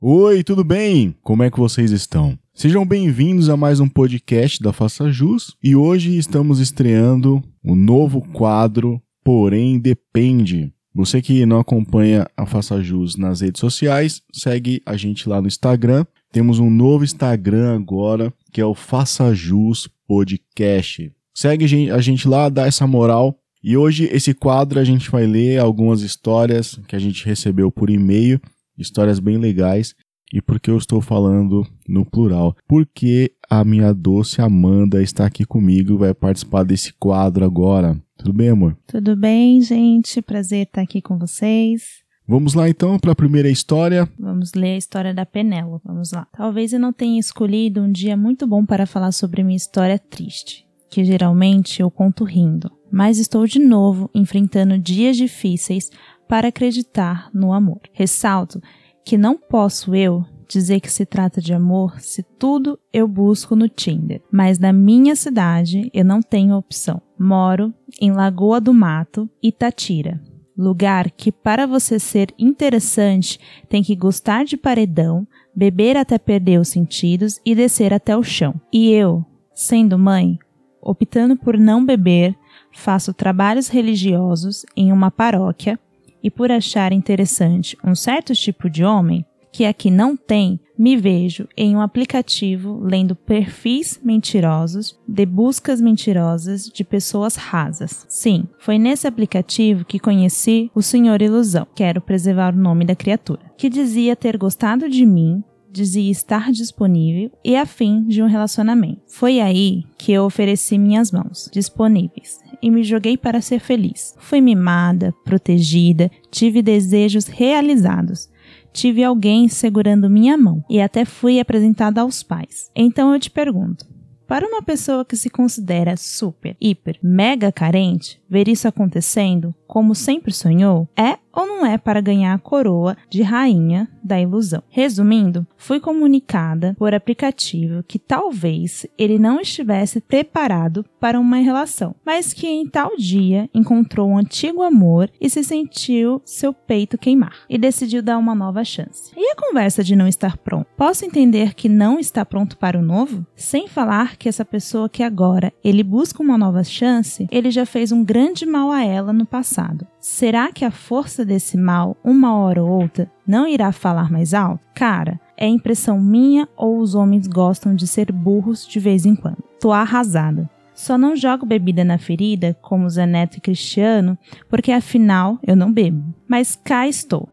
Oi, tudo bem? Como é que vocês estão? Sejam bem-vindos a mais um podcast da Faça Jus e hoje estamos estreando um novo quadro, Porém Depende. Você que não acompanha a Faça Jus nas redes sociais, segue a gente lá no Instagram. Temos um novo Instagram agora, que é o Faça Jus Podcast. Segue a gente lá, dá essa moral. E hoje esse quadro a gente vai ler algumas histórias que a gente recebeu por e-mail, histórias bem legais. E por que eu estou falando no plural? Porque a minha doce Amanda está aqui comigo, vai participar desse quadro agora. Tudo bem, amor? Tudo bem, gente. Prazer estar aqui com vocês. Vamos lá então para a primeira história. Vamos ler a história da Penelo. Vamos lá. Talvez eu não tenha escolhido um dia muito bom para falar sobre minha história triste, que geralmente eu conto rindo. Mas estou de novo enfrentando dias difíceis para acreditar no amor. Ressalto que não posso eu dizer que se trata de amor se tudo eu busco no Tinder. Mas na minha cidade eu não tenho opção. Moro em Lagoa do Mato, Itatira. Lugar que para você ser interessante tem que gostar de paredão, beber até perder os sentidos e descer até o chão. E eu, sendo mãe, optando por não beber, faço trabalhos religiosos em uma paróquia e por achar interessante um certo tipo de homem, que aqui não tem, me vejo em um aplicativo lendo perfis mentirosos de buscas mentirosas de pessoas rasas. Sim, foi nesse aplicativo que conheci o Senhor Ilusão, quero preservar o nome da criatura, que dizia ter gostado de mim, dizia estar disponível e a fim de um relacionamento. Foi aí que eu ofereci minhas mãos, disponíveis, e me joguei para ser feliz. Fui mimada, protegida, tive desejos realizados. Tive alguém segurando minha mão e até fui apresentada aos pais. Então eu te pergunto, para uma pessoa que se considera super, hiper, mega carente, ver isso acontecendo como sempre sonhou, é ou não é para ganhar a coroa de rainha da ilusão? Resumindo, fui comunicada por aplicativo que talvez ele não estivesse preparado para uma relação, mas que em tal dia encontrou um antigo amor e se sentiu seu peito queimar e decidiu dar uma nova chance. E a conversa de não estar pronto? Posso entender que não está pronto para o novo? Sem falar que essa pessoa que agora ele busca uma nova chance, ele já fez um grande mal a ela no passado. Será que a força desse mal, uma hora ou outra, não irá falar mais alto? Cara, é impressão minha ou os homens gostam de ser burros de vez em quando? Tô arrasada. Só não jogo bebida na ferida, como Zé Neto e Cristiano, porque afinal eu não bebo. Mas cá estou.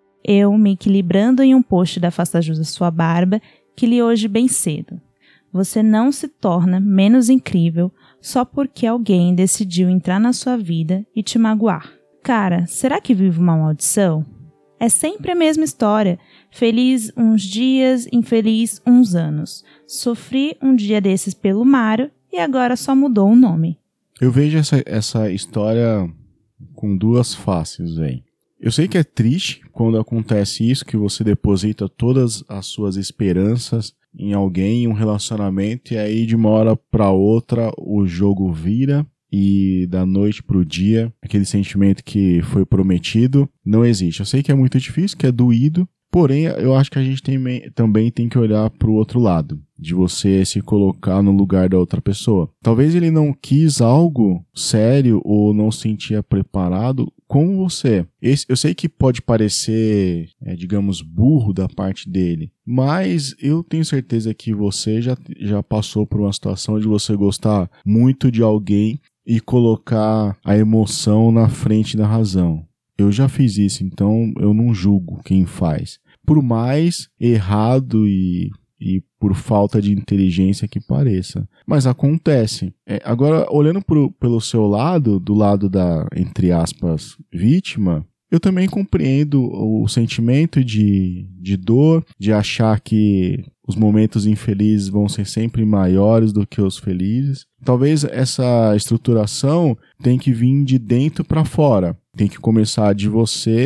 Eu me equilibrando em um post da Faça Jus a Sua Barba, que li hoje bem cedo. Você não se torna menos incrível só porque alguém decidiu entrar na sua vida e te magoar. Cara, será que vive uma maldição? É sempre a mesma história. Feliz uns dias, infeliz uns anos. Sofri um dia desses pelo Mário e agora só mudou o nome. Eu vejo essa história com duas faces, velho. Eu sei que é triste quando acontece isso, que você deposita todas as suas esperanças em alguém, em um relacionamento, e aí de uma hora pra outra o jogo vira e da noite pro dia, aquele sentimento que foi prometido não existe. Eu sei que é muito difícil, que é doído, porém eu acho que a gente também tem que olhar pro outro lado, de você se colocar no lugar da outra pessoa. Talvez ele não quis algo sério ou não se sentia preparado com você. Eu sei que pode parecer, digamos, burro da parte dele, mas eu tenho certeza que você já passou por uma situação de você gostar muito de alguém e colocar a emoção na frente da razão. Eu já fiz isso, então eu não julgo quem faz. Por mais errado e por falta de inteligência que pareça. Mas acontece. Agora, olhando pelo seu lado, do lado da, entre aspas, vítima, eu também compreendo o sentimento de dor, de achar que os momentos infelizes vão ser sempre maiores do que os felizes. Talvez essa estruturação tem que vir de dentro para fora. Tem que começar de você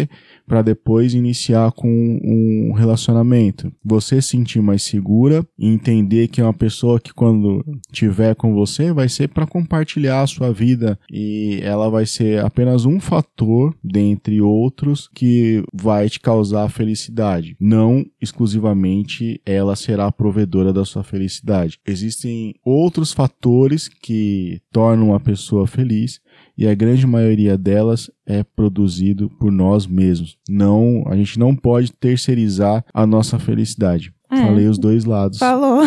para depois iniciar com um relacionamento. Você se sentir mais segura e entender que é uma pessoa que quando estiver com você vai ser para compartilhar a sua vida e ela vai ser apenas um fator dentre outros que vai te causar felicidade. Não exclusivamente ela será a provedora da sua felicidade. Existem outros fatores que tornam a pessoa feliz e a grande maioria delas é produzido por nós mesmos. Não, a gente não pode terceirizar a nossa felicidade. Falei os dois lados. Falou.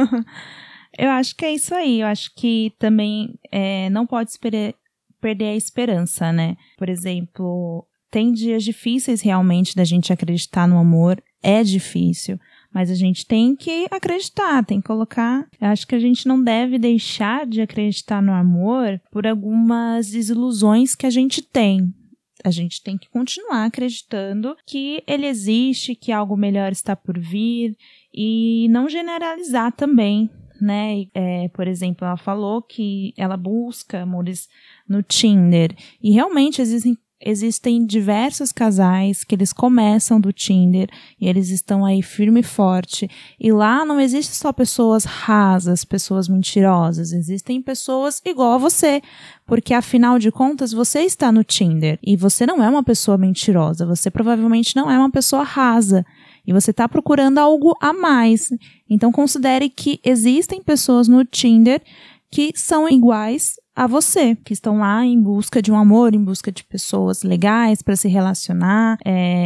Eu acho que é isso aí. Eu acho que também não pode perder a esperança, né? Por exemplo, tem dias difíceis realmente da gente acreditar no amor. É difícil. Mas a gente tem que acreditar, tem que colocar... Eu acho que a gente não deve deixar de acreditar no amor por algumas desilusões que a gente tem. A gente tem que continuar acreditando que ele existe, que algo melhor está por vir e não generalizar também, né? Por exemplo, ela falou que ela busca amores no Tinder e realmente existem diversos casais que eles começam do Tinder e eles estão aí firme e forte. E lá não existe só pessoas rasas, pessoas mentirosas. Existem pessoas igual a você. Porque, afinal de contas, você está no Tinder. E você não é uma pessoa mentirosa. Você provavelmente não é uma pessoa rasa. E você está procurando algo a mais. Então, considere que existem pessoas no Tinder que são iguais a você, que estão lá em busca de um amor, em busca de pessoas legais para se relacionar.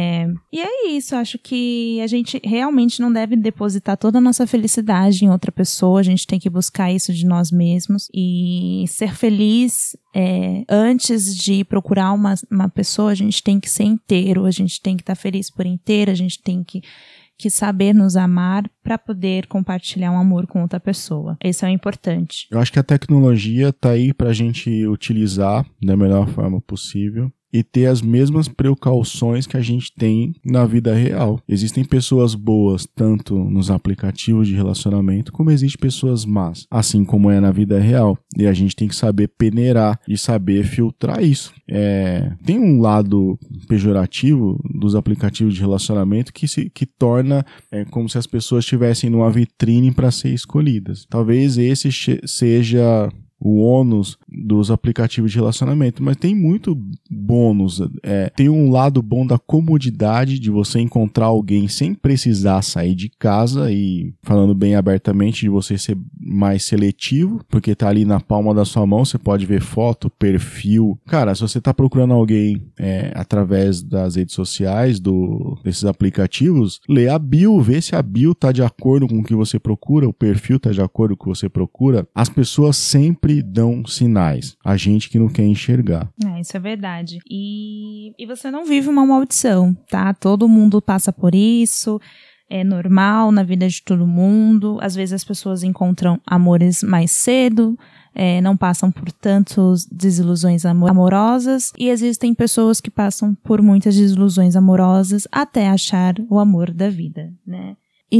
E é isso, acho que a gente realmente não deve depositar toda a nossa felicidade em outra pessoa, a gente tem que buscar isso de nós mesmos e ser feliz. Antes de procurar uma pessoa, a gente tem que ser inteiro, a gente tem que estar feliz por inteiro, a gente tem que saber nos amar para poder compartilhar um amor com outra pessoa. Isso é importante. Eu acho que a tecnologia tá aí pra gente utilizar da melhor forma possível e ter as mesmas precauções que a gente tem na vida real. Existem pessoas boas tanto nos aplicativos de relacionamento como existem pessoas más, assim como é na vida real. E a gente tem que saber peneirar e saber filtrar isso. Tem um lado pejorativo dos aplicativos de relacionamento que torna como se as pessoas estivessem numa vitrine para ser escolhidas. Talvez esse seja o ônus dos aplicativos de relacionamento, mas tem muito bônus. Tem um lado bom da comodidade de você encontrar alguém sem precisar sair de casa e, falando bem abertamente, de você ser mais seletivo, porque tá ali na palma da sua mão, você pode ver foto, perfil. Cara, se você tá procurando alguém através das redes sociais, desses aplicativos, lê a bio, vê se a bio tá de acordo com o que você procura, o perfil tá de acordo com o que você procura. As pessoas sempre dão sinais. A gente que não quer enxergar. Isso é verdade. E você não vive uma maldição, tá? Todo mundo passa por isso. É normal na vida de todo mundo. Às vezes as pessoas encontram amores mais cedo, não passam por tantas desilusões amorosas. E existem pessoas que passam por muitas desilusões amorosas até achar o amor da vida, né?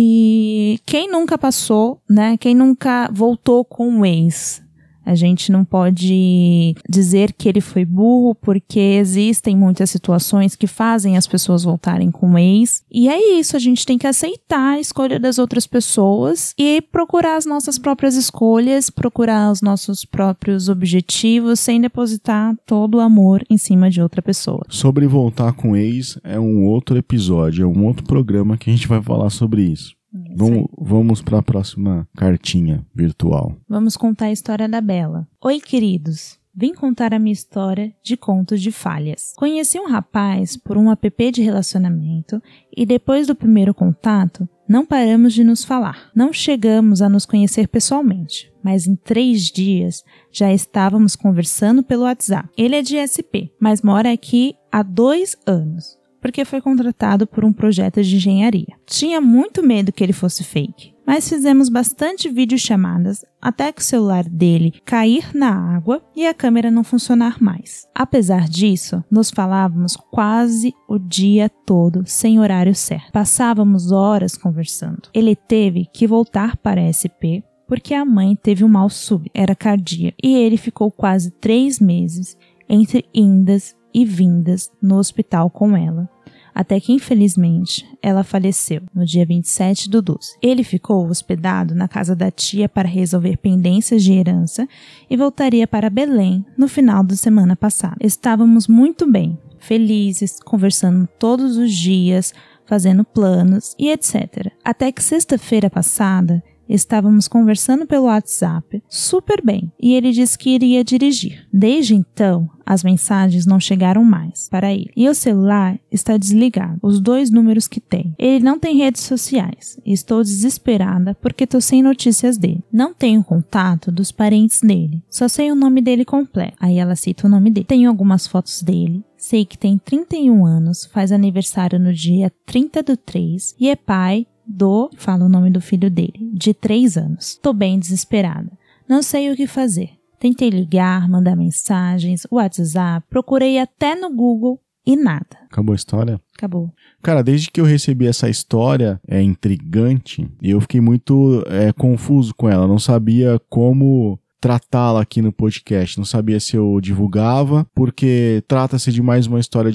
E quem nunca passou, né? Quem nunca voltou com um ex? A gente não pode dizer que ele foi burro, porque existem muitas situações que fazem as pessoas voltarem com o ex. E é isso, a gente tem que aceitar a escolha das outras pessoas e procurar as nossas próprias escolhas, procurar os nossos próprios objetivos, sem depositar todo o amor em cima de outra pessoa. Sobre voltar com o ex é um outro episódio, é um outro programa que a gente vai falar sobre isso. Vamos para a próxima cartinha virtual. Vamos contar a história da Bela. Oi, queridos. Vim contar a minha história de contos de falhas. Conheci um rapaz por um app de relacionamento e depois do primeiro contato, não paramos de nos falar. Não chegamos a nos conhecer pessoalmente, mas em 3 dias já estávamos conversando pelo WhatsApp. Ele é de SP, mas mora aqui há 2 anos. Porque foi contratado por um projeto de engenharia. Tinha muito medo que ele fosse fake, mas fizemos bastante videochamadas até que o celular dele cair na água e a câmera não funcionar mais. Apesar disso, nos falávamos quase o dia todo, sem horário certo. Passávamos horas conversando. Ele teve que voltar para a SP porque a mãe teve um mal súbito, era cardíaco, e ele ficou quase 3 meses entre indas e vindas no hospital com ela. até que infelizmente ela faleceu no dia 27/12. Ele ficou hospedado na casa da tia para resolver pendências de herança e voltaria para Belém no final da semana passada. Estávamos muito bem, felizes, conversando todos os dias, fazendo planos e etc. Até que sexta-feira passada, estávamos conversando pelo WhatsApp, super bem, e ele disse que iria dirigir. Desde então, as mensagens não chegaram mais para ele. E o celular está desligado, os 2 números que tem. Ele não tem redes sociais. E estou desesperada porque estou sem notícias dele. Não tenho contato dos parentes dele. Só sei o nome dele completo. Aí ela cita o nome dele. Tenho algumas fotos dele. Sei que tem 31 anos, faz aniversário no dia 30/3 e é pai fala o nome do filho dele, de 3 anos. Tô bem desesperada. Não sei o que fazer. Tentei ligar, mandar mensagens, WhatsApp, procurei até no Google e nada. Acabou a história? Acabou. Cara, desde que eu recebi essa história intrigante, eu fiquei muito confuso com ela. Não sabia como tratá-la aqui no podcast. Não sabia se eu divulgava, porque trata-se de mais uma história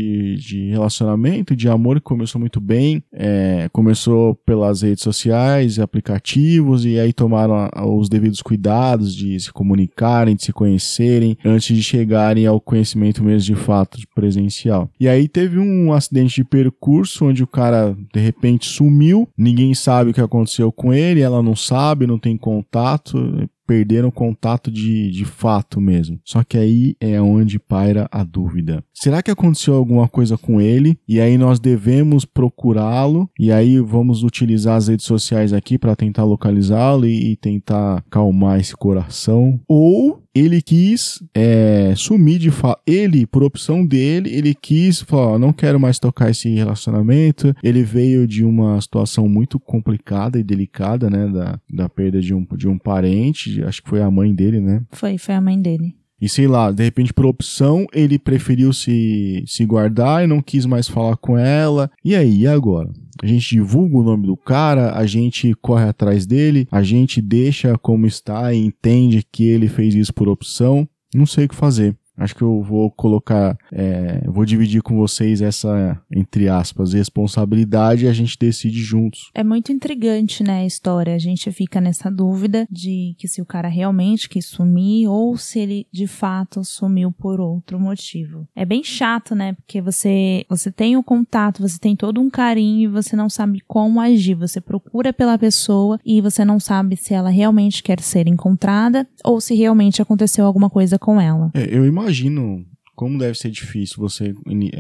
de relacionamento, de amor que começou muito bem. Começou pelas redes sociais, aplicativos, e aí tomaram os devidos cuidados de se comunicarem, de se conhecerem, antes de chegarem ao conhecimento mesmo de fato, de presencial. E aí teve um acidente de percurso, onde o cara de repente sumiu, ninguém sabe o que aconteceu com ele, ela não sabe, não tem contato, perderam contato de fato mesmo. Só que aí é onde paira a dúvida. Será que aconteceu alguma coisa com ele? E aí nós devemos procurá-lo? E aí vamos utilizar as redes sociais aqui para tentar localizá-lo e tentar acalmar esse coração? Ou ele quis sumir de fato. Ele, por opção dele, ele quis falar, não quero mais tocar esse relacionamento. Ele veio de uma situação muito complicada e delicada, né? Da perda de um parente. Acho que foi a mãe dele, né? Foi a mãe dele. E sei lá, de repente por opção ele preferiu se guardar e não quis mais falar com ela. E aí, e agora? A gente divulga o nome do cara, a gente corre atrás dele, a gente deixa como está e entende que ele fez isso por opção. Não sei o que fazer. Acho que eu vou colocar, vou dividir com vocês essa, entre aspas, responsabilidade e a gente decide juntos. É muito intrigante, né, a história. A gente fica nessa dúvida de que se o cara realmente quis sumir ou se ele de fato sumiu por outro motivo. É bem chato, né, porque você tem o contato, você tem todo um carinho e você não sabe como agir. Você procura pela pessoa e você não sabe se ela realmente quer ser encontrada ou se realmente aconteceu alguma coisa com ela. Eu imagino como deve ser difícil você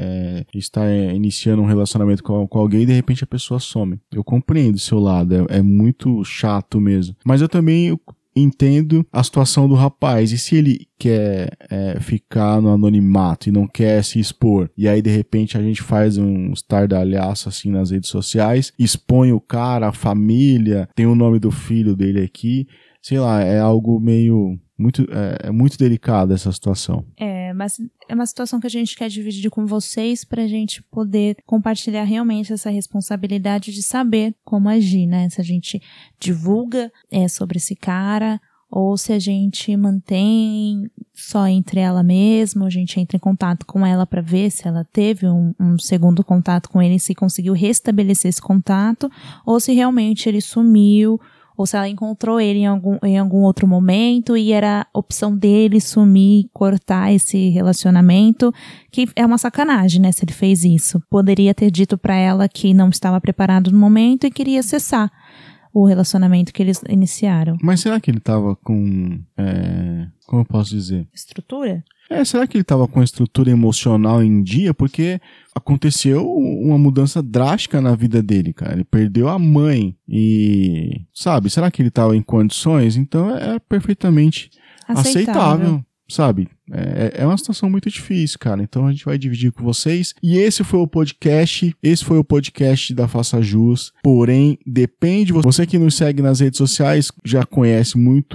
estar iniciando um relacionamento com alguém e de repente a pessoa some. Eu compreendo o seu lado, é muito chato mesmo. Mas eu também entendo a situação do rapaz. E se ele quer ficar no anonimato e não quer se expor, e aí de repente a gente faz um estardalhaço assim nas redes sociais, expõe o cara, a família, tem o nome do filho dele aqui, sei lá, é algo meio... É muito delicada essa situação. Mas é uma situação que a gente quer dividir com vocês pra gente poder compartilhar realmente essa responsabilidade de saber como agir, né? Se a gente divulga sobre esse cara ou se a gente mantém só entre ela mesma, a gente entra em contato com ela pra ver se ela teve um segundo contato com ele, se conseguiu restabelecer esse contato ou se realmente ele sumiu, ou se ela encontrou ele em algum outro momento e era opção dele sumir, cortar esse relacionamento, que é uma sacanagem, né, se ele fez isso. Poderia ter dito pra ela que não estava preparado no momento e queria cessar o relacionamento que eles iniciaram. Mas será que ele tava com... como eu posso dizer? Estrutura? Será que ele tava com a estrutura emocional em dia? Porque aconteceu uma mudança drástica na vida dele, cara. Ele perdeu a mãe e... Sabe, será que ele tava em condições? Então é perfeitamente aceitável. Sabe? É uma situação muito difícil, cara. Então a gente vai dividir com vocês. E esse foi o podcast. Esse foi o podcast da Faça Jus. Porém, depende. Você que nos segue nas redes sociais já conhece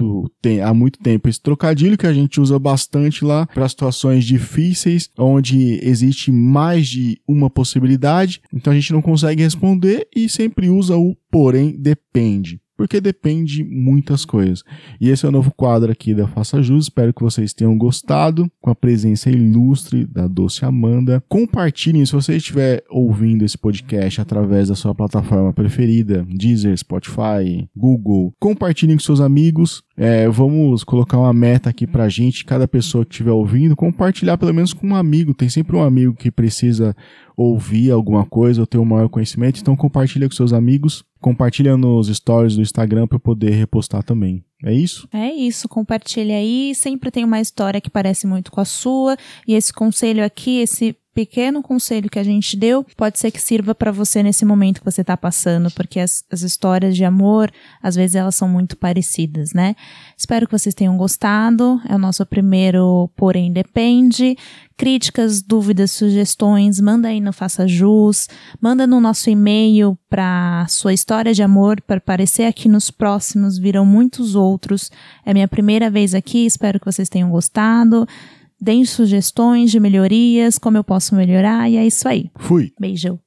há muito tempo esse trocadilho que a gente usa bastante lá para situações difíceis, onde existe mais de uma possibilidade. Então a gente não consegue responder e sempre usa o porém depende. porque depende muitas coisas. E esse é o novo quadro aqui da Faça Jus. Espero que vocês tenham gostado, com a presença ilustre da Doce Amanda. Compartilhem, se você estiver ouvindo esse podcast através da sua plataforma preferida, Deezer, Spotify, Google, compartilhem com seus amigos. Vamos colocar uma meta aqui pra gente, cada pessoa que estiver ouvindo, compartilhar pelo menos com um amigo. Tem sempre um amigo que precisa ouvir alguma coisa ou ter um maior conhecimento, então compartilha com seus amigos, compartilha nos stories do Instagram para eu poder repostar também. É isso? É isso, compartilha aí, sempre tem uma história que parece muito com a sua, e esse conselho aqui, esse pequeno conselho que a gente deu, pode ser que sirva para você nesse momento que você está passando, porque as histórias de amor, às vezes elas são muito parecidas, né? Espero que vocês tenham gostado, é o nosso primeiro Porém Depende. Críticas, dúvidas, sugestões, manda aí no Faça Jus, manda no nosso e-mail para sua história de amor, para aparecer aqui nos próximos, virão muitos outros. É minha primeira vez aqui, espero que vocês tenham gostado. Deem sugestões de melhorias, como eu posso melhorar, e é isso aí. Fui. Beijo.